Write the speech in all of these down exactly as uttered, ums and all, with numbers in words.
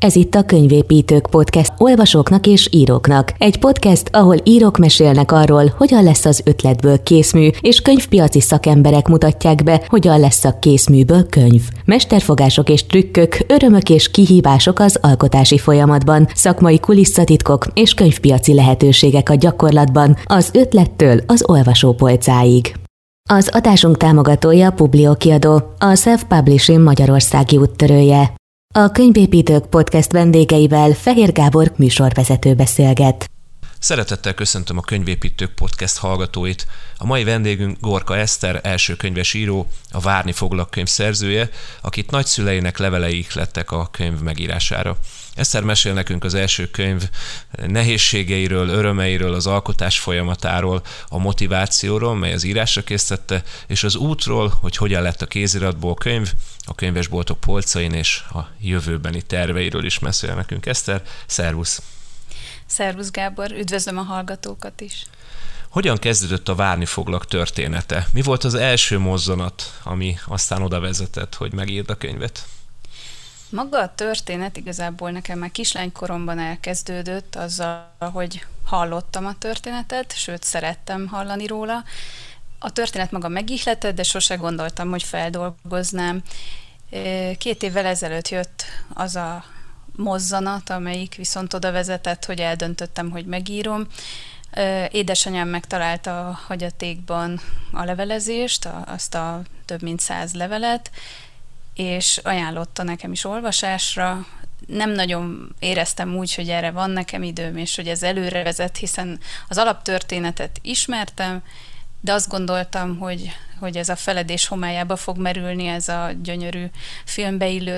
Ez itt a Könyvépítők Podcast olvasóknak és íróknak. Egy podcast, ahol írók mesélnek arról, hogyan lesz az ötletből készmű, és könyvpiaci szakemberek mutatják be, hogyan lesz a készműből könyv. Mesterfogások és trükkök, örömök és kihívások az alkotási folyamatban, szakmai kulisszatitkok és könyvpiaci lehetőségek a gyakorlatban, az ötlettől az olvasópolcáig. Az adásunk támogatója Publio kiadó, a Self-Publishing magyarországi úttörője. A Könyvépítők Podcast vendégeivel Fehér Gábor műsorvezető beszélget. Szeretettel köszöntöm a Könyvépítők Podcast hallgatóit. A mai vendégünk Gorka Eszter, első könyves író, a Várni foglak könyv szerzője, akit nagyszüleinek levelei ihlettek a könyv megírására. Eszter mesél nekünk az első könyv nehézségeiről, örömeiről, az alkotás folyamatáról, a motivációról, mely az írásra késztette, és az útról, hogy hogyan lett a kéziratból könyv, a könyvesboltok polcain és a jövőbeni terveiről is mesél nekünk. Eszter, szervusz! Szervusz Gábor, üdvözlöm a hallgatókat is! Hogyan kezdődött a Várni foglak története? Mi volt az első mozzanat, ami aztán oda vezetett, hogy megírd a könyvet? Maga a történet igazából nekem már kislánykoromban elkezdődött azzal, hogy hallottam a történetet, sőt szerettem hallani róla. A történet maga megihletett, de sose gondoltam, hogy feldolgoznám. Két évvel ezelőtt jött az a mozzanat, amelyik viszont oda vezetett, hogy eldöntöttem, hogy megírom. Édesanyám megtalálta a hagyatékban a levelezést, azt a több mint száz levelet, és ajánlotta nekem is olvasásra. Nem nagyon éreztem úgy, hogy erre van nekem időm, és hogy ez előre vezet, hiszen az alaptörténetet ismertem, de azt gondoltam, hogy, hogy ez a feledés homályába fog merülni, ez a gyönyörű filmbeillő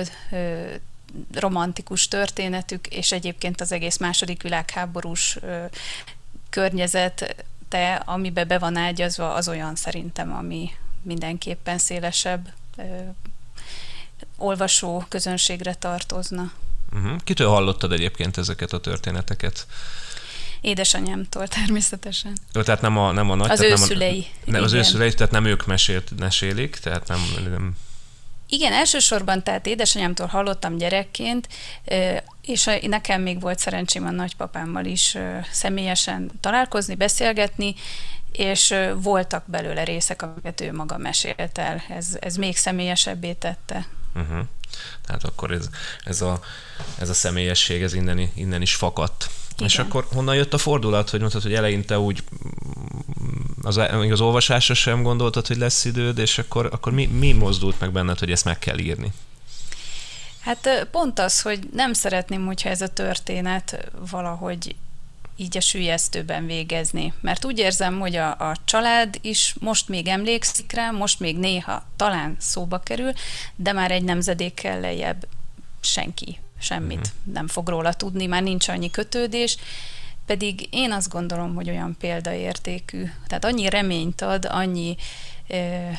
romantikus történetük, és egyébként az egész második világháborús környezete, amibe be van ágyazva, az olyan szerintem, ami mindenképpen szélesebb olvasó közönségre tartozna. Uh-huh. Kitől hallottad egyébként ezeket a történeteket? Édesanyámtól természetesen. Jó, tehát nem a, nem a nagy... Az tehát ő nem a, szülei. Ne, az ő szülei, tehát nem ők mesélt, mesélik, tehát nem... nem... Igen, elsősorban tehát édesanyámtól hallottam gyerekként, és nekem még volt szerencsém a nagypapámmal is személyesen találkozni, beszélgetni, és voltak belőle részek, amiket ő maga mesélt el. Ez, ez még személyesebbé tette. Uh-huh. Tehát akkor ez, ez, a, ez a személyesség, ez innen, innen is fakadt. Igen. És akkor honnan jött a fordulat, hogy mondtad, hogy eleinte úgy az, az olvasásra sem gondoltad, hogy lesz időd, és akkor, akkor mi, mi mozdult meg benned, hogy ezt meg kell írni? Hát pont az, hogy nem szeretném, hogyha ez a történet valahogy így a süllyesztőben végezni. Mert úgy érzem, hogy a, a család is most még emlékszik rá, most még néha talán szóba kerül, de már egy nemzedékkel lejjebb senki semmit uh-huh. nem fog róla tudni, már nincs annyi kötődés, pedig én azt gondolom, hogy olyan példaértékű. Tehát annyi reményt ad, annyi e,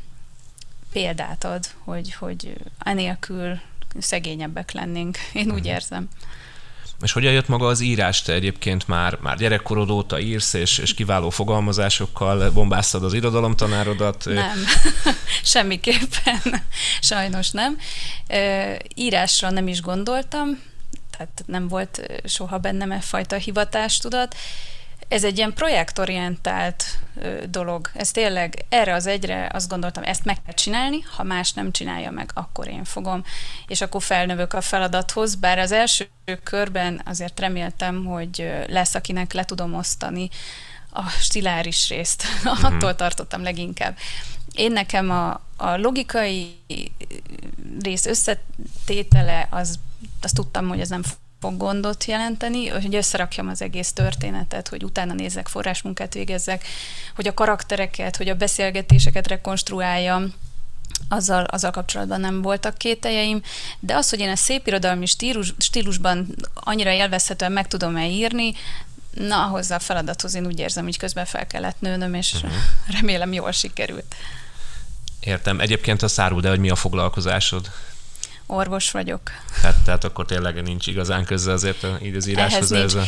példát ad, hogy, hogy enélkül szegényebbek lennénk. Én uh-huh. úgy érzem. És hogyan jött maga az írás? Te egyébként már, már gyerekkorod óta írsz, és, és kiváló fogalmazásokkal bombáztad az irodalomtanárodat? Nem, semmiképpen. Sajnos nem. Írásra nem is gondoltam, tehát nem volt soha bennem e fajta hivatástudat. Ez egy ilyen projektorientált dolog. Ez tényleg erre az egyre azt gondoltam, ezt meg kell csinálni, ha más nem csinálja meg, akkor én fogom. És akkor felnövök a feladathoz, bár az első körben azért reméltem, hogy lesz, akinek le tudom osztani a stiláris részt. Mm-hmm. Attól tartottam leginkább. Én nekem a, a logikai rész összetétele, az, azt tudtam, hogy ez nem fog gondot jelenteni, hogy összerakjam az egész történetet, hogy utána nézzek, forrásmunkát végezzek, hogy a karaktereket, hogy a beszélgetéseket rekonstruáljam, azzal, azzal kapcsolatban nem voltak kételjeim, de az, hogy én ezt szépirodalmi stílus, stílusban annyira élvezhetően meg tudom-e írni, na, ahhoz a feladathoz én úgy érzem, hogy közben fel kellett nőnöm, és uh-huh. remélem jól sikerült. Értem. Egyébként azt áruld el, hogy mi a foglalkozásod? Orvos vagyok. Tehát, tehát akkor tényleg nincs igazán köze azért így az íráshoz. Ez a...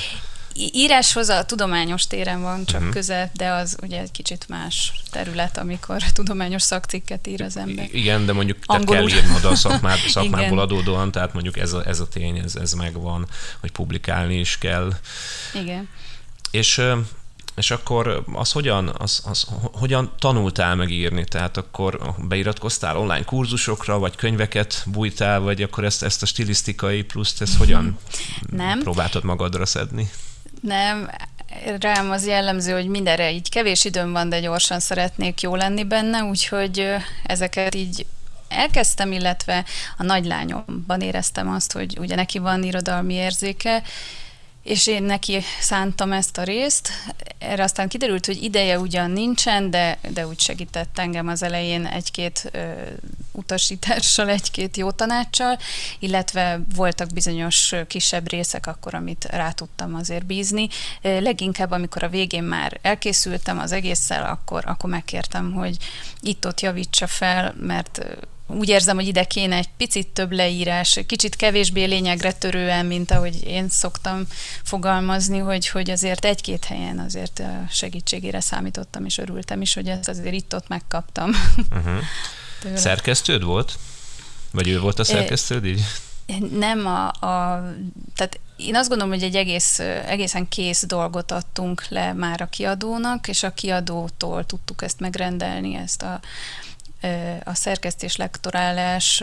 Íráshoz a tudományos téren van csak uh-huh. köze, de az ugye egy kicsit más terület, amikor tudományos szakcikket ír az ember. Igen, de mondjuk te kell írnod a szakmád, szakmából adódóan, tehát mondjuk ez a, ez a tény, ez, ez megvan, hogy publikálni is kell. Igen. És, és akkor az hogyan, az, az, hogyan tanultál meg írni? Tehát akkor beiratkoztál online kurzusokra, vagy könyveket bújtál, vagy akkor ezt, ezt a stilisztikai pluszt, ezt hogyan Nem. próbáltad magadra szedni? Nem, rám az jellemző, hogy mindenre így kevés időm van, de gyorsan szeretnék jó lenni benne, úgyhogy ezeket így elkezdtem, illetve a nagylányomban éreztem azt, hogy ugye neki van irodalmi érzéke, és én neki szántam ezt a részt. Erre aztán kiderült, hogy ideje ugyan nincsen, de, de úgy segített engem az elején egy-két ö, utasítással, egy-két jó tanácssal, illetve voltak bizonyos kisebb részek akkor, amit rá tudtam azért bízni. Leginkább, amikor a végén már elkészültem az egésszel, akkor, akkor megkértem, hogy itt-ott javítsa fel, mert úgy érzem, hogy ide kéne egy picit több leírás, kicsit kevésbé lényegre törően, mint ahogy én szoktam fogalmazni, hogy, hogy azért egy-két helyen azért segítségére számítottam, és örültem is, hogy ezt azért itt-ott megkaptam. Uh-huh. Szerkesztőd volt? Vagy ő volt a szerkesztőd így? Nem a, a... Tehát én azt gondolom, hogy egy egész, egészen kész dolgot adtunk le már a kiadónak, és a kiadótól tudtuk ezt megrendelni, ezt a a szerkesztés, lektorálás,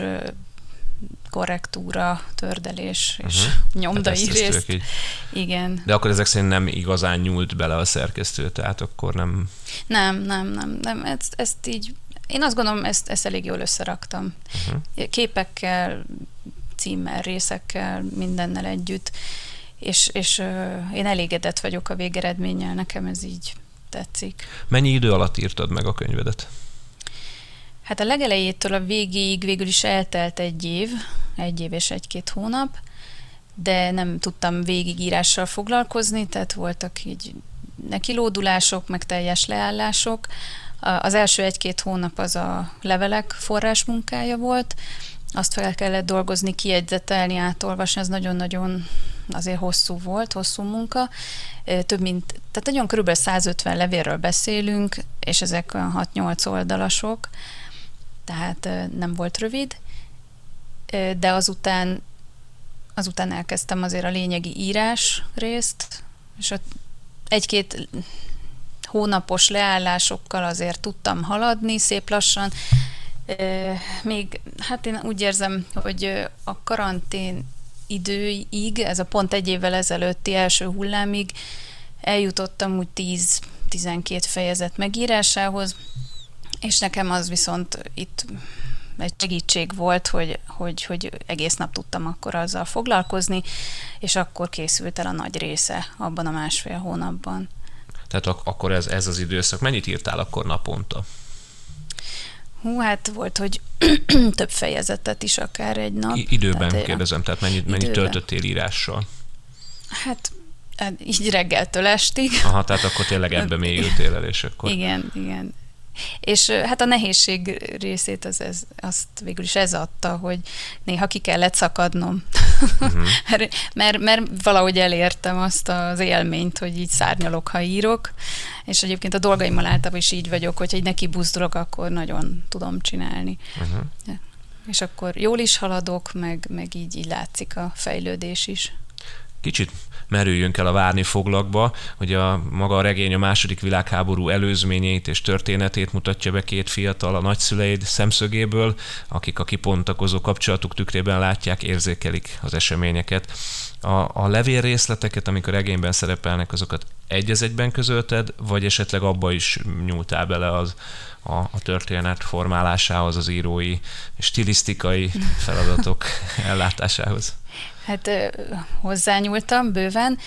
korrektúra, tördelés és uh-huh. nyomdai hát részt. Igen. De akkor ezek szerint nem igazán nyúlt bele a szerkesztő, tehát akkor nem... Nem, nem, nem. nem. Ezt, ezt így, én azt gondolom, ezt, ezt elég jól összeraktam. Uh-huh. Képekkel, címmel, részekkel, mindennel együtt, és, és én elégedett vagyok a végeredménnyel, nekem ez így tetszik. Mennyi idő alatt írtad meg a könyvedet? Hát a legelejétől a végéig végül is eltelt egy év, egy év és egy-két hónap, de nem tudtam végigírással foglalkozni, tehát voltak így nekilódulások, meg teljes leállások. Az első egy-két hónap az a levelek forrásmunkája volt, azt fel kellett dolgozni, kiegyzetelni, átolvasni, ez nagyon-nagyon azért hosszú volt, hosszú munka. Több mint, tehát nagyon körülbelül százötven levélről beszélünk, és ezek olyan hat-nyolc oldalasok, tehát nem volt rövid, de azután, azután elkezdtem azért a lényegi írás részt, és ott egy-két hónapos leállásokkal azért tudtam haladni szép lassan. Még, hát én úgy érzem, hogy a karantén időig, ez a pont egy évvel ezelőtti első hullámig eljutottam úgy tíz-tizenkét fejezet megírásához, és nekem az viszont itt egy segítség volt, hogy, hogy, hogy egész nap tudtam akkor azzal foglalkozni, és akkor készült el a nagy része abban a másfél hónapban. Tehát ak- akkor ez, ez az időszak. Mennyit írtál akkor naponta? Hú, hát volt, hogy több fejezetet is akár egy nap. I- időben tehát, kérdezem, tehát mennyit, mennyit töltöttél írással? Hát így reggeltől estig. Aha, tehát akkor tényleg ebbe mélyültél el, és akkor... Igen, igen. És hát a nehézség részét az, ez, azt végül is ez adta, hogy néha ki kellett szakadnom. Uh-huh. mert, mert, mert valahogy elértem azt az élményt, hogy így szárnyalok, ha írok, és egyébként a dolgaimmal általában is így vagyok, hogyha így neki buzdulok, akkor nagyon tudom csinálni. Uh-huh. Ja. És akkor jól is haladok, meg, meg így, így látszik a fejlődés is. Kicsit merüljünk el a Várni foglakba, hogy a maga a regény a második világháború előzményeit és történetét mutatja be két fiatal a nagyszüleid szemszögéből, akik a kipontakozó kapcsolatuk tükrében látják, érzékelik az eseményeket. A, a levél részleteket, amikor regényben szerepelnek, azokat egy az egyben közölted, vagy esetleg abba is nyúltál bele az, a, a történet formálásához, az írói, stilisztikai feladatok ellátásához? Hát hozzányúltam bőven.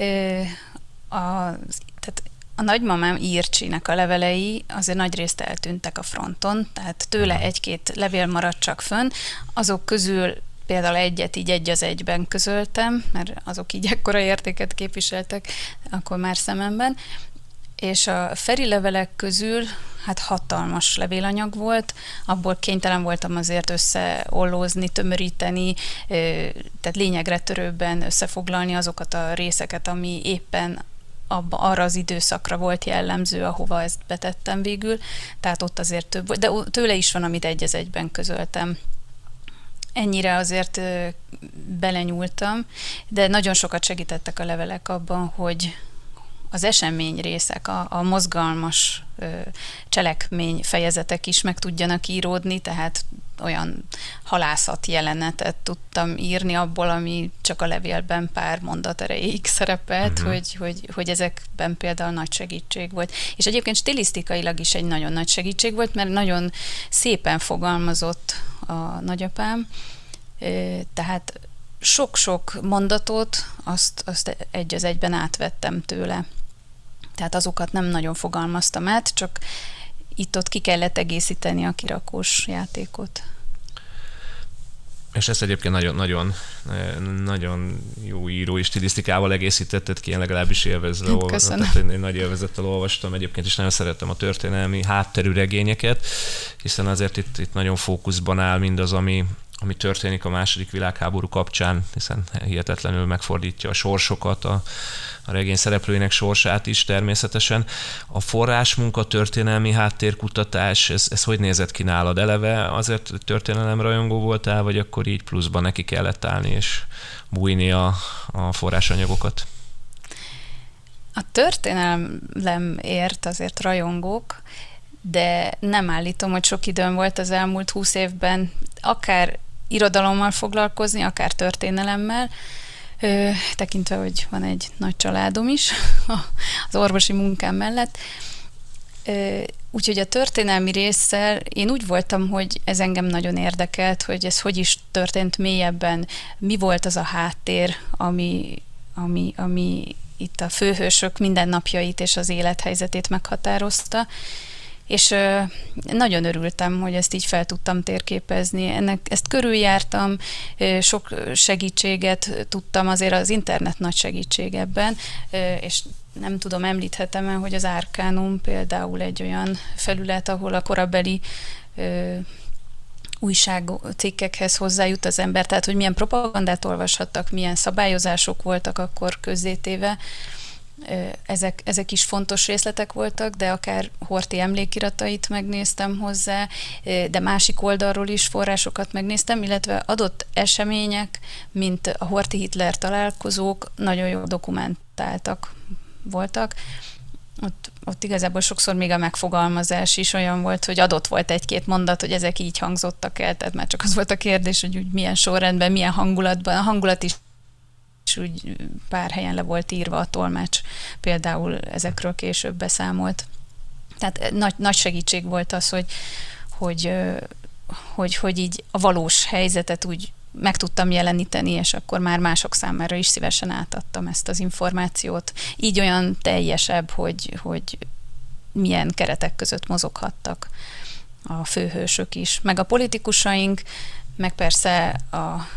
A, tehát a nagymamám Ircsinek a levelei azért nagyrészt eltűntek a fronton, tehát tőle egy-két levél maradt csak fönn. Azok közül például egyet így egy az egyben közöltem, mert azok így ekkora értéket képviseltek akkor már szememben. és a Feri levelek közül hát hatalmas levélanyag volt, abból kénytelen voltam azért összeollózni, tömöríteni, tehát lényegre törőbben összefoglalni azokat a részeket, ami éppen abba, arra az időszakra volt jellemző, ahova ezt betettem végül, tehát ott azért több volt, de tőle is van, amit egy az egyben közöltem. Ennyire azért belenyúltam, de nagyon sokat segítettek a levelek abban, hogy az esemény részek, a, a mozgalmas ö, cselekmény fejezetek is meg tudjanak íródni, tehát olyan halászat jelenetet tudtam írni abból, ami csak a levélben pár mondat erejéig szerepelt, uh-huh. hogy, hogy, hogy ezekben például nagy segítség volt. És egyébként stilisztikailag is egy nagyon nagy segítség volt, mert nagyon szépen fogalmazott a nagyapám, ö, tehát sok-sok mondatot azt, azt egy az egyben átvettem tőle. Tehát azokat nem nagyon fogalmaztam át, csak itt-ott ki kellett egészíteni a kirakós játékot. És ezt egyébként nagyon, nagyon, nagyon jó írói stilisztikával egészítetted ki, én legalábbis élvezve olvastam. Tehát én nagy élvezettel olvastam, egyébként is nagyon szerettem a történelmi hátterű regényeket, hiszen azért itt, itt nagyon fókuszban áll mindaz, ami ami történik a második világháború kapcsán, hiszen hihetetlenül megfordítja a sorsokat, a, a regény szereplőinek sorsát is természetesen. A forrásmunka, történelmi háttérkutatás, ez, ez hogy nézett ki nálad? Eleve azért történelemrajongó voltál, vagy akkor így pluszban neki kellett állni és bújni a, a forrásanyagokat? A történelemért azért rajongók, de nem állítom, hogy sok időm volt az elmúlt húsz évben akár irodalommal foglalkozni, akár történelemmel, ö, tekintve, hogy van egy nagy családom is az orvosi munkám mellett. Ö, úgyhogy a történelmi résszel én úgy voltam, hogy ez engem nagyon érdekelt, hogy ez hogy is történt mélyebben, mi volt az a háttér, ami, ami, ami itt a főhősök mindennapjait és az élethelyzetét meghatározta. És ö, nagyon örültem, hogy ezt így fel tudtam térképezni. Ennek, ezt körüljártam, ö, sok segítséget tudtam, azért az internet nagy segítség ebben, ö, és nem tudom, említhetem el, hogy az Arcanum például egy olyan felület, ahol a korabeli ö, újságcikkekhez hozzájut az ember, tehát hogy milyen propagandát olvashattak, milyen szabályozások voltak akkor közzétéve. Ezek, ezek is fontos részletek voltak, de akár Horthy emlékiratait megnéztem hozzá, de másik oldalról is forrásokat megnéztem, illetve adott események, mint a Horthy-Hitler találkozók nagyon jól dokumentáltak voltak. Ott, ott igazából sokszor még a megfogalmazás is olyan volt, hogy adott volt egy-két mondat, hogy ezek így hangzottak el, tehát már csak az volt a kérdés, hogy úgy milyen sorrendben, milyen hangulatban. A hangulat is és úgy pár helyen le volt írva, a tolmács például ezekről később beszámolt. Tehát nagy, nagy segítség volt az, hogy, hogy, hogy, hogy így a valós helyzetet úgy meg tudtam jeleníteni, és akkor már mások számára is szívesen átadtam ezt az információt. Így olyan teljesebb, hogy, hogy milyen keretek között mozoghattak a főhősök is. Meg a politikusaink, meg persze a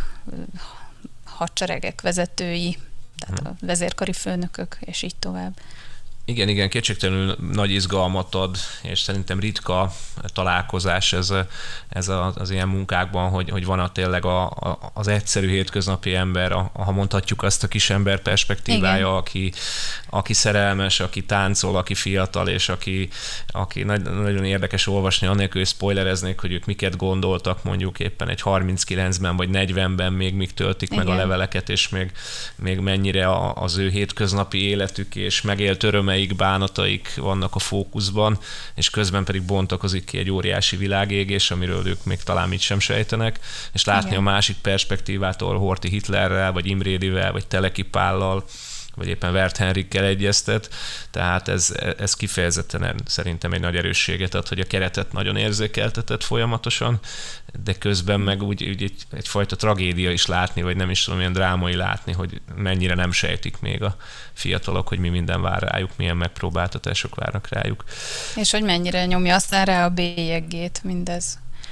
hadseregek vezetői, tehát a vezérkari főnökök, és így tovább. Igen, igen, kétségtelenül nagy izgalmat ad, és szerintem ritka találkozás ez, ez az ilyen munkákban, hogy, hogy van a tényleg a, a, az egyszerű hétköznapi ember, a, ha mondhatjuk azt, a kis ember perspektívája, aki, aki szerelmes, aki táncol, aki fiatal, és aki, aki nagy, nagyon érdekes olvasni, annélkül, hogy spoilereznék, hogy ők miket gondoltak mondjuk éppen egy harminckilencben vagy negyvenben még míg töltik igen. meg a leveleket, és még, még mennyire a, az ő hétköznapi életük és megélt örömei, bánataik vannak a fókuszban, és közben pedig bontakozik ki egy óriási világégés, amiről ők még talán mit sem sejtenek, és látni igen. a másik perspektívától Horthy Hitlerrel, vagy Imrédivel, vagy Teleki Pállal, vagy éppen Werth Henrikkel egyeztet, tehát ez, ez kifejezetten szerintem egy nagy erősséget ad, hogy a keretet nagyon érzékeltetett folyamatosan, de közben meg úgy, úgy egy, egyfajta tragédia is látni, vagy nem is tudom, ilyen drámai látni, hogy mennyire nem sejtik még a fiatalok, hogy mi minden vár rájuk, milyen megpróbáltatások várnak rájuk. És hogy mennyire nyomja aztán rá a bélyegét mindez.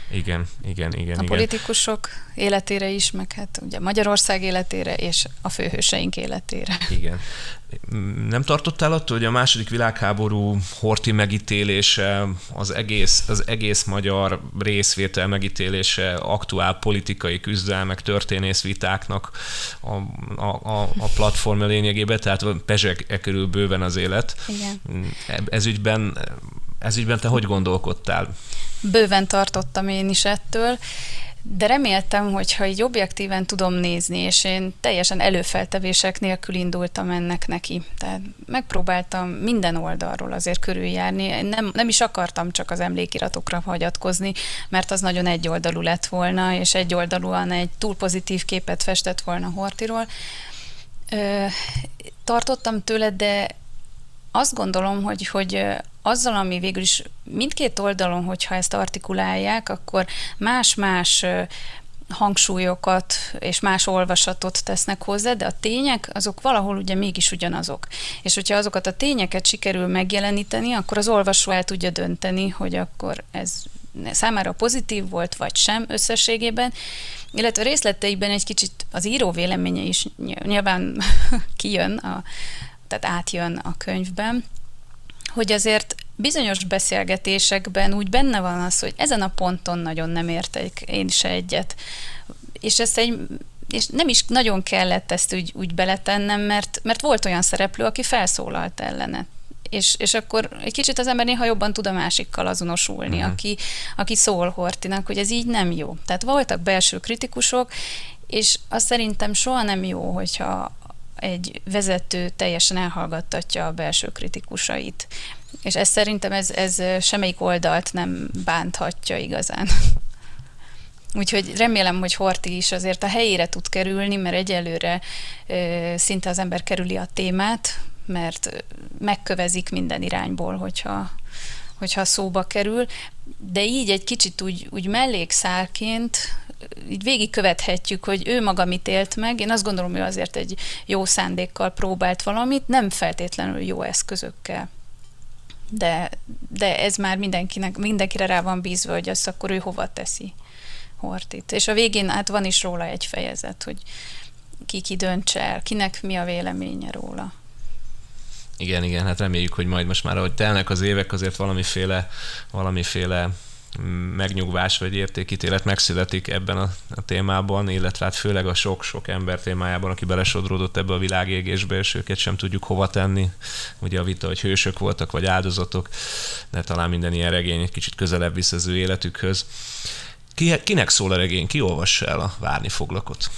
Igen, igen, igen. A igen. politikusok életére is, meg hát ugye Magyarország életére és a főhőseink életére. Igen. Nem tartottál attól, hogy a második világháború Horthy megítélése, az egész, az egész magyar részvétel megítélése, aktuál politikai küzdelmek, történészvitáknak a, a, a platform lényegében, tehát pezseg e körül bőven az élet. Igen. Ez ügyben, ez ügyben te hogy gondolkodtál? Bőven tartottam én is ettől, de reméltem, hogy ha így objektíven tudom nézni, és én teljesen előfeltevések nélkül indultam ennek neki. Tehát megpróbáltam minden oldalról azért körüljárni. Nem, nem is akartam csak az emlékiratokra hagyatkozni, mert az nagyon egyoldalú lett volna, és egyoldalúan egy túl pozitív képet festett volna Horthyról. Ö, tartottam tőle, de azt gondolom, hogy, hogy azzal, ami végül is mindkét oldalon, hogyha ezt artikulálják, akkor más-más hangsúlyokat és más olvasatot tesznek hozzá, de a tények azok valahol ugye mégis ugyanazok. És hogyha azokat a tényeket sikerül megjeleníteni, akkor az olvasó el tudja dönteni, hogy akkor ez számára pozitív volt, vagy sem összességében, illetve részleteiben egy kicsit az író véleménye is nyilván kijön, a, tehát átjön a könyvben, hogy azért bizonyos beszélgetésekben úgy benne van az, hogy ezen a ponton nagyon nem értek én se egyet. És ezt egy, és nem is nagyon kellett ezt úgy, úgy beletennem, mert, mert volt olyan szereplő, aki felszólalt ellene. És, és akkor egy kicsit az ember néha jobban tud a másikkal azonosulni, uh-huh. aki, aki szól Horthynak, hogy ez így nem jó. Tehát voltak belső kritikusok, és azt szerintem soha nem jó, hogyha egy vezető teljesen elhallgattatja a belső kritikusait. És ez szerintem ez, ez semmelyik oldalt nem bánthatja igazán. Úgyhogy remélem, hogy Horthy is azért a helyére tud kerülni, mert egyelőre ö, szinte az ember kerüli a témát, mert megkövezik minden irányból, hogyha, hogyha szóba kerül. De így egy kicsit úgy, úgy mellékszálként így végigkövethetjük, hogy ő maga mit élt meg. Én azt gondolom, hogy azért egy jó szándékkal próbált valamit, nem feltétlenül jó eszközökkel. De, de ez már mindenkinek, mindenkire rá van bízva, hogy azt akkor ő hova teszi Horthyt. És a végén hát van is róla egy fejezet, hogy ki ki döntse el, kinek mi a véleménye róla. Igen, igen, hát reméljük, hogy majd most már, ahogy telnek az évek, azért valamiféle, valamiféle megnyugvás vagy értékítélet megszületik ebben a, a témában, illetve hát főleg a sok-sok ember témájában, aki belesodródott ebbe a világégésbe, és őket sem tudjuk hova tenni. Ugye a vita, hogy hősök voltak, vagy áldozatok, de talán minden ilyen regény egy kicsit közelebb visz az ő életükhöz. Ki, kinek szól a regény? Ki olvassa el a Várni foglakot?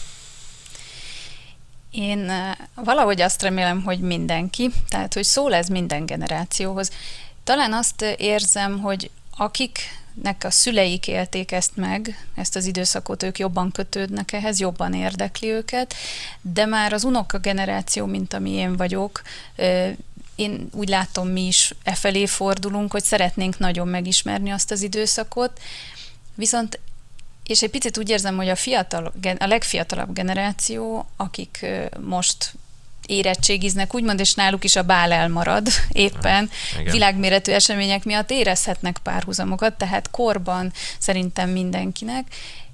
Én valahogy azt remélem, hogy mindenki, tehát hogy szól ez minden generációhoz. Talán azt érzem, hogy akiknek a szüleik élték ezt meg, ezt az időszakot, ők jobban kötődnek ehhez, jobban érdekli őket, de már az unoka generáció, mint ami én vagyok, én úgy látom, mi is e felé fordulunk, hogy szeretnénk nagyon megismerni azt az időszakot, viszont és egy picit úgy érzem, hogy a, fiatal, a legfiatalabb generáció, akik most érettségiznek, úgymond, és náluk is a bál elmarad éppen, igen. Világméretű események miatt érezhetnek párhuzamokat, tehát korban szerintem mindenkinek.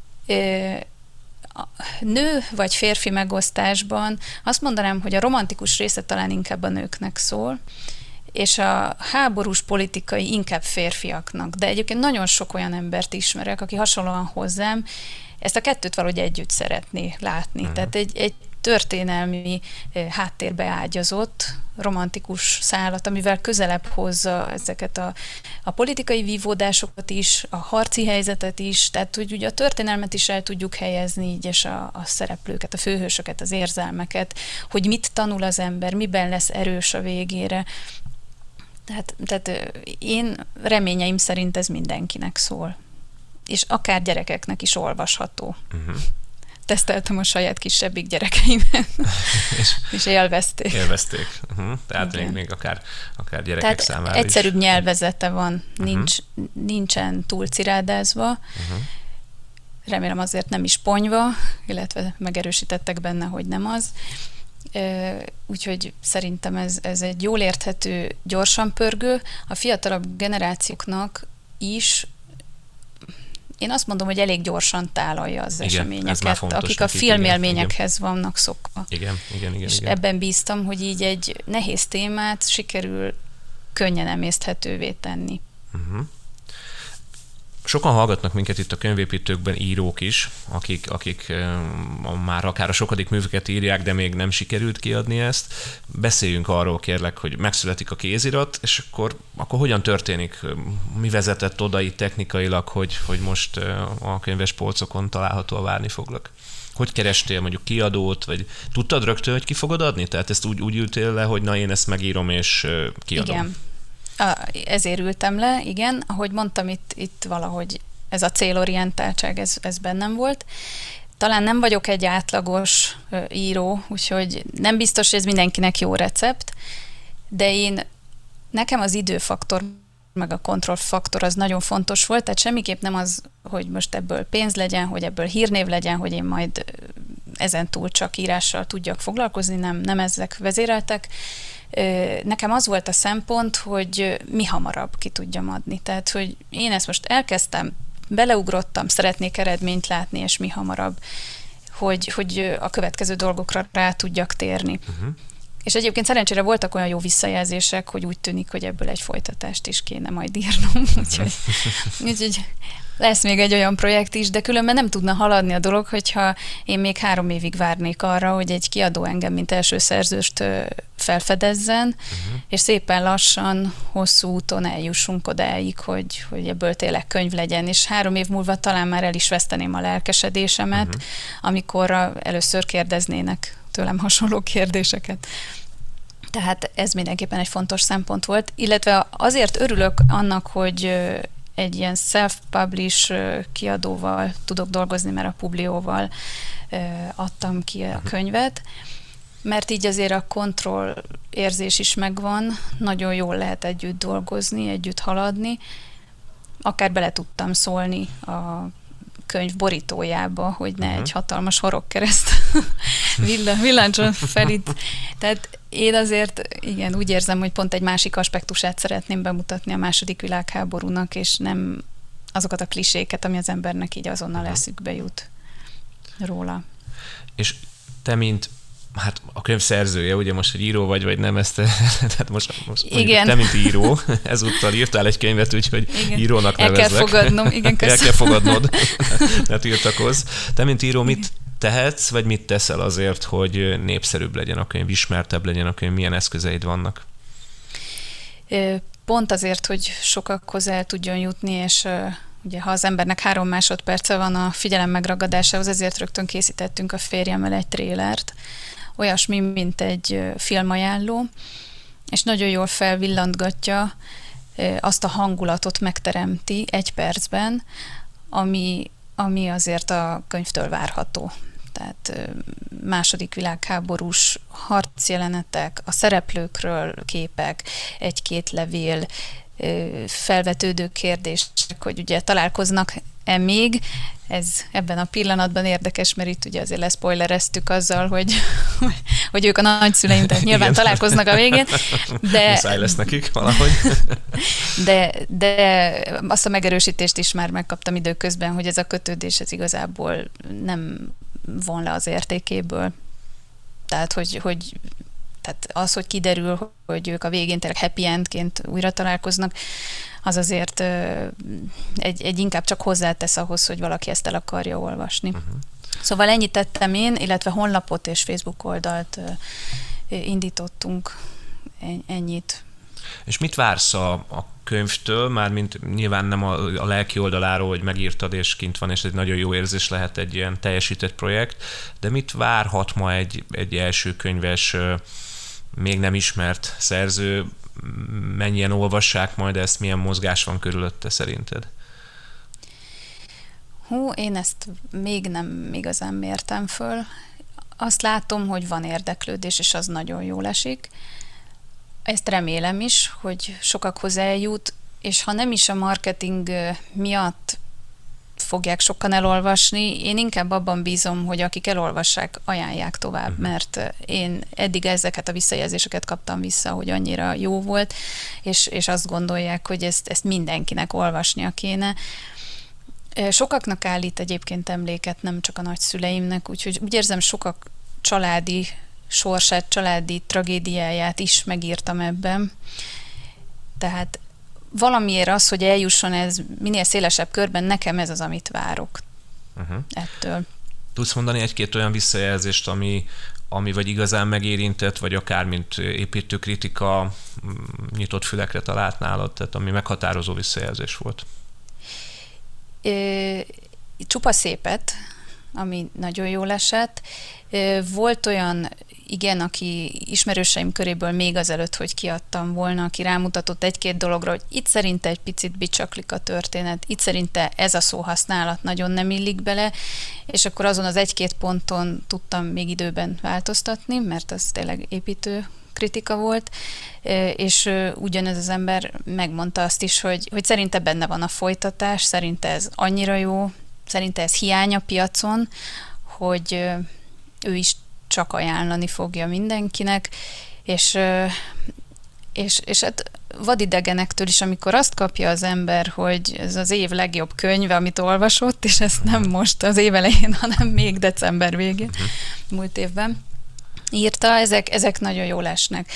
Nő vagy férfi megosztásban azt mondanám, hogy a romantikus része talán inkább a nőknek szól, és a háborús politikai inkább férfiaknak. De egyébként nagyon sok olyan embert ismerek, aki hasonlóan hozzám ezt a kettőt valahogy együtt szeretné látni. Uh-huh. Tehát egy, egy történelmi háttérbe ágyazott romantikus szálat, amivel közelebb hozza ezeket a, a politikai vívódásokat is, a harci helyzetet is, tehát hogy ugye a történelmet is el tudjuk helyezni így, és a, a szereplőket, a főhősöket, az érzelmeket, hogy mit tanul az ember, miben lesz erős a végére. Tehát, tehát én reményeim szerint ez mindenkinek szól. És akár gyerekeknek is olvasható. Uh-huh. Teszteltem a saját kisebbik gyerekeimet, és, és élvezték. Élvezték. Uh-huh. Tehát még, még akár, akár gyerekek Tehát számára egyszerűbb is. nyelvezete van, nincs, uh-huh. nincsen túl cirádázva. Uh-huh. Remélem azért nem is ponyva, illetve megerősítettek benne, hogy nem az. Úgyhogy szerintem ez, ez egy jól érthető, gyorsan pörgő. A fiatalabb generációknak is én azt mondom, hogy elég gyorsan tálalja az igen, eseményeket, akik a filmélményekhez igen. vannak szokva. Igen, igen, igen. És igen. ebben bíztam, hogy így egy nehéz témát sikerül könnyen emészthetővé tenni. Uh-huh. Sokan hallgatnak minket itt a könyvépítőkben, írók is, akik, akik már akár a sokadik művüket írják, de még nem sikerült kiadni ezt. Beszéljünk arról, kérlek, hogy megszületik a kézirat, és akkor, akkor hogyan történik? Mi vezetett oda itt technikailag, hogy, hogy most a könyves polcokon található a Várni foglak? Hogy kerestél mondjuk kiadót, vagy tudtad rögtön, hogy ki fogod adni? Tehát ezt úgy, úgy ültél le, hogy na én ezt megírom és kiadom. Igen. A, ezért ültem le, igen. Ahogy mondtam, itt, itt valahogy ez a célorientáltság, ez, ez bennem volt. Talán nem vagyok egy átlagos ö, író, úgyhogy nem biztos, hogy ez mindenkinek jó recept, de én, nekem az időfaktor, meg a kontrollfaktor az nagyon fontos volt, tehát semmiképp nem az, hogy most ebből pénz legyen, hogy ebből hírnév legyen, hogy én majd ezen túl csak írással tudjak foglalkozni, nem, nem ezek vezéreltek. Nekem az volt a szempont, hogy mi hamarabb ki tudjam adni. Tehát, hogy én ezt most elkezdtem, beleugrottam, szeretnék eredményt látni, és mi hamarabb, hogy, hogy a következő dolgokra rá tudjak térni. Uh-huh. És egyébként szerencsére voltak olyan jó visszajelzések, hogy úgy tűnik, hogy ebből egy folytatást is kéne majd írnom. Úgyhogy, úgyhogy lesz még egy olyan projekt is, de különben nem tudna haladni a dolog, hogyha én még három évig várnék arra, hogy egy kiadó engem, mint első szerzőst felfedezzen, uh-huh. és szépen lassan, hosszú úton eljussunk odáig, hogy, hogy ebből tényleg könyv legyen, és három év múlva talán már el is veszteném a lelkesedésemet, uh-huh. amikor először kérdeznének tőlem hasonló kérdéseket. Tehát ez mindenképpen egy fontos szempont volt, illetve azért örülök annak, hogy egy ilyen self-publish kiadóval tudok dolgozni, mert a Publióval adtam ki a könyvet, mert így azért a kontroll érzés is megvan, nagyon jól lehet együtt dolgozni, együtt haladni, akár bele tudtam szólni a könyv borítójába, hogy ne uh-huh. egy hatalmas horogkereszt villáncson fel itt. Tehát én azért, igen, úgy érzem, hogy pont egy másik aspektusát szeretném bemutatni a második világháborúnak, és nem azokat a kliséket, ami az embernek így azonnal uh-huh. eszükbe jut róla. És te, mint hát a könyv szerzője, ugye most, hogy író vagy, vagy nem, ezt tehát most, most igen. te, mint író, ezúttal írtál egy könyvet, úgyhogy igen. írónak nevezlek. El kell fogadnom, igen, köszönöm. El kell fogadnod, ne tiltakozz. Te, mint író, mit tehetsz, vagy mit teszel azért, hogy népszerűbb legyen a könyv, ismertebb legyen a könyv, milyen eszközeid vannak? Pont azért, hogy sokakhoz el tudjon jutni, és ugye, ha az embernek három másodperce van a figyelem megragadásához, ezért rögtön készítettünk a férjemmel egy trélert, olyasmi, mint egy filmajánló, és nagyon jól felvillantgatja, azt a hangulatot megteremti egy percben, ami, ami azért a könyvtől várható. Tehát második világháborús harcjelenetek, a szereplőkről képek, egy-két levél, felvetődő kérdések, hogy ugye találkoznak-e még. Ez ebben a pillanatban érdekes, mert itt ugye azért leszpoilereztük azzal, hogy, hogy ők a nagyszüleim, tehát nyilván igen. találkoznak a végén. De, muszáj lesz nekik valahogy. De, de azt a megerősítést is már megkaptam időközben, hogy ez a kötődés ez igazából nem von le az értékéből. Tehát, hogy, hogy tehát az, hogy kiderül, hogy ők a végén tényleg happy endként újra találkoznak, az azért egy, egy inkább csak hozzátesz ahhoz, hogy valaki ezt el akarja olvasni. Uh-huh. Szóval ennyit tettem én, illetve honlapot és Facebook oldalt indítottunk, ennyit. És mit vársz a, a könyvtől, mármint nyilván nem a, a lelki oldaláról, hogy megírtad és kint van, és egy nagyon jó érzés lehet egy ilyen teljesített projekt, de mit várhat ma egy, egy első könyves, még nem ismert szerző, mennyien olvassák majd ezt, milyen mozgás van körülötte szerinted? Hú, én ezt még nem igazán mértem föl. Azt látom, hogy van érdeklődés, és az nagyon jól esik. Ezt remélem is, hogy sokakhoz eljut, és ha nem is a marketing miatt fogják sokan elolvasni, én inkább abban bízom, hogy akik elolvassák, ajánlják tovább, uh-huh. mert én eddig ezeket a visszajelzéseket kaptam vissza, hogy annyira jó volt, és, és azt gondolják, hogy ezt, ezt mindenkinek olvasnia kéne. Sokaknak állít egyébként emléket, nem csak a nagyszüleimnek, úgyhogy úgy érzem, sokak családi sorsát, családi tragédiáját is megírtam ebben. Tehát valamiért az, hogy eljusson ez minél szélesebb körben, nekem ez az, amit várok uh-huh. ettől. Tudsz mondani egy-két olyan visszajelzést, ami, ami vagy igazán megérintett, vagy akár mint építőkritika nyitott fülekre talált nálad, tehát ami meghatározó visszajelzés volt? É, csupa szépet, ami nagyon jól esett. Volt olyan, igen, aki ismerőseim köréből még azelőtt, hogy kiadtam volna, aki rámutatott egy-két dologra, hogy itt szerinte egy picit bicsaklik a történet, itt szerinte ez a szóhasználat nagyon nem illik bele, és akkor azon az egy-két ponton tudtam még időben változtatni, mert az tényleg építő kritika volt, és ugyanez az ember megmondta azt is, hogy, hogy szerinte benne van a folytatás, szerinte ez annyira jó, szerinte ez hiány a piacon, hogy ő is csak ajánlani fogja mindenkinek, és, és, és hát vadidegenektől is, amikor azt kapja az ember, hogy ez az év legjobb könyve, amit olvasott, és ezt nem most az év elején, hanem még december végén, múlt évben írta, ezek, ezek nagyon jól esnek.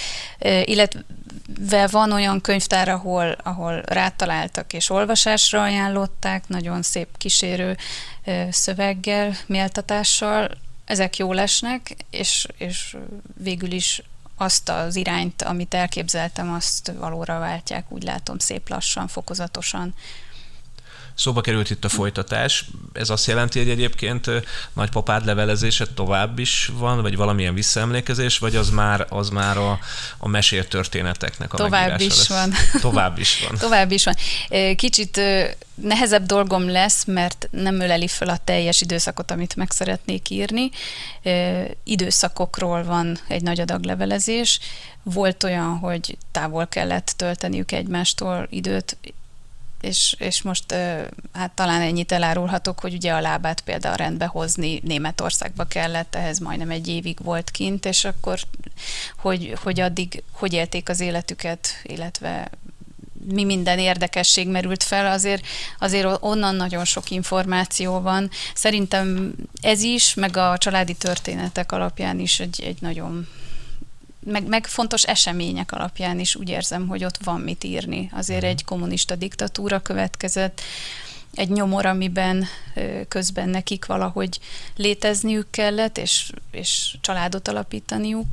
Illetve van olyan könyvtár, ahol, ahol rátaláltak és olvasásra ajánlották, nagyon szép kísérő szöveggel, méltatással, ezek jól esnek, és, és végül is azt az irányt, amit elképzeltem, azt valóra váltják, úgy látom, szép lassan, fokozatosan. Szóba került itt a folytatás. Ez azt jelenti, hogy egyébként nagypapád levelezése tovább is van, vagy valamilyen visszaemlékezés, vagy az már, az már a, a mesélt történeteknek a tovább megírása is lesz? Van. Tovább is van. Tovább is van. Kicsit nehezebb dolgom lesz, mert nem öleli fel a teljes időszakot, amit meg szeretnék írni. Időszakokról van egy nagy adag levelezés. Volt olyan, hogy távol kellett tölteniük egymástól időt, És, és most hát talán ennyit elárulhatok, hogy ugye a lábát például rendbe hozni Németországba kellett, ehhez majdnem egy évig volt kint, és akkor hogy, hogy addig hogy élték az életüket, illetve mi minden érdekesség merült fel, azért, azért onnan nagyon sok információ van. Szerintem ez is, meg a családi történetek alapján is egy, egy nagyon Meg, meg fontos események alapján is úgy érzem, hogy ott van mit írni. Azért egy kommunista diktatúra következett, egy nyomor, amiben közben nekik valahogy létezniük kellett, és, és családot alapítaniuk.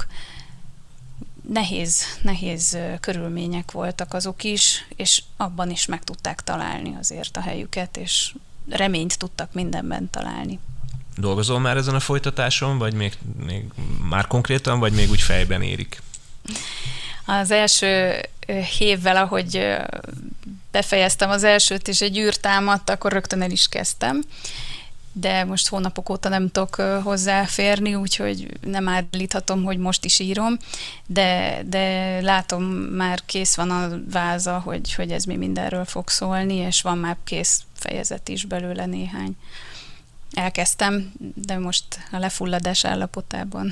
Nehéz, nehéz körülmények voltak azok is, és abban is meg tudták találni azért a helyüket, és reményt tudtak mindenben találni. Dolgozol már ezen a folytatáson, vagy még, még már konkrétan, vagy még úgy fejben érik? Az első évvel, ahogy befejeztem az elsőt, és egy űr támadt, akkor rögtön el is kezdtem. De most hónapok óta nem tudok hozzáférni, úgyhogy nem állíthatom, hogy most is írom, de, de látom, már kész van a váza, hogy, hogy ez mi mindenről fog szólni, és van már kész fejezet is belőle néhány. Elkezdtem, de most a lefulladás állapotában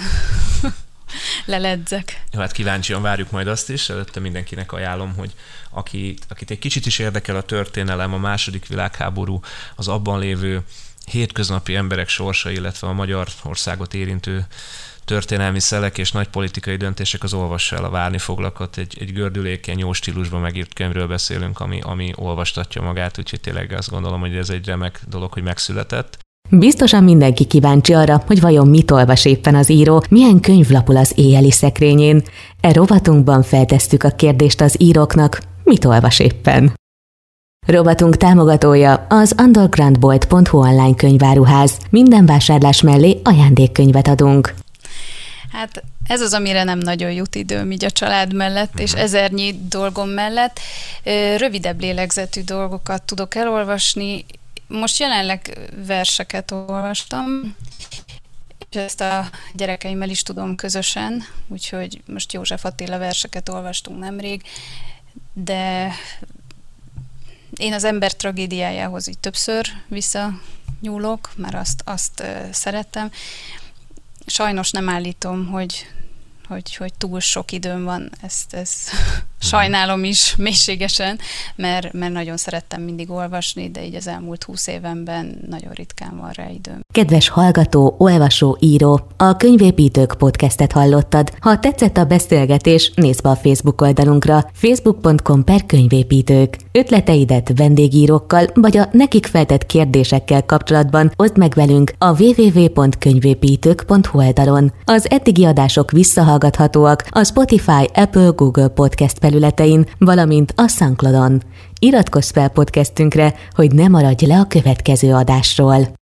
leledzek. Jó, hát kíváncsian várjuk majd azt is, előtte mindenkinek ajánlom, hogy aki, akit egy kicsit is érdekel a történelem, a második világháború, az abban lévő hétköznapi emberek sorsa, illetve a Magyarországot érintő történelmi szelek és nagy politikai döntések, az olvassa el a Várni foglakot. Egy, egy gördülékeny, jó stílusban megírt könyvről beszélünk, ami, ami olvastatja magát, úgyhogy tényleg azt gondolom, hogy ez egy remek dolog, hogy megszületett. Biztosan mindenki kíváncsi arra, hogy vajon mit olvas éppen az író, milyen könyv lapul az éjjeli szekrényén. E rovatunkban feltesszük a kérdést az íróknak, mit olvas éppen. Rovatunk támogatója az undergroundbolt pont hu online könyváruház. Minden vásárlás mellé ajándékkönyvet adunk. Hát ez az, amire nem nagyon jut időm így a család mellett, uh-huh. és ezernyi dolgom mellett. Rövidebb lélegzetű dolgokat tudok elolvasni. Most jelenleg verseket olvastam, és ezt a gyerekeimmel is tudom közösen, úgyhogy most József Attila verseket olvastunk nemrég, de én az ember tragédiájához így többször visszanyúlok, mert azt, azt szerettem. Sajnos nem állítom, hogy, hogy, hogy túl sok időm van ezt, ezt sajnálom is mélységesen, mert, mert nagyon szerettem mindig olvasni, de így az elmúlt húsz évenben nagyon ritkán van rá időm. Kedves hallgató, olvasó, író, a Könyvépítők podcastet hallottad. Ha tetszett a beszélgetés, nézz be a Facebook oldalunkra, facebook pont com per könyvépítők. Ötleteidet vendégírókkal vagy a nekik feltett kérdésekkel kapcsolatban oszd meg velünk a double-u double-u double-u pont könyvépítők pont hu oldalon. Az eddigi adások visszahallgathatóak a Spotify, Apple, Google Podcast felületein, valamint a SoundCloudon. Iratkozz fel podcastünkre, hogy ne maradj le a következő adásról.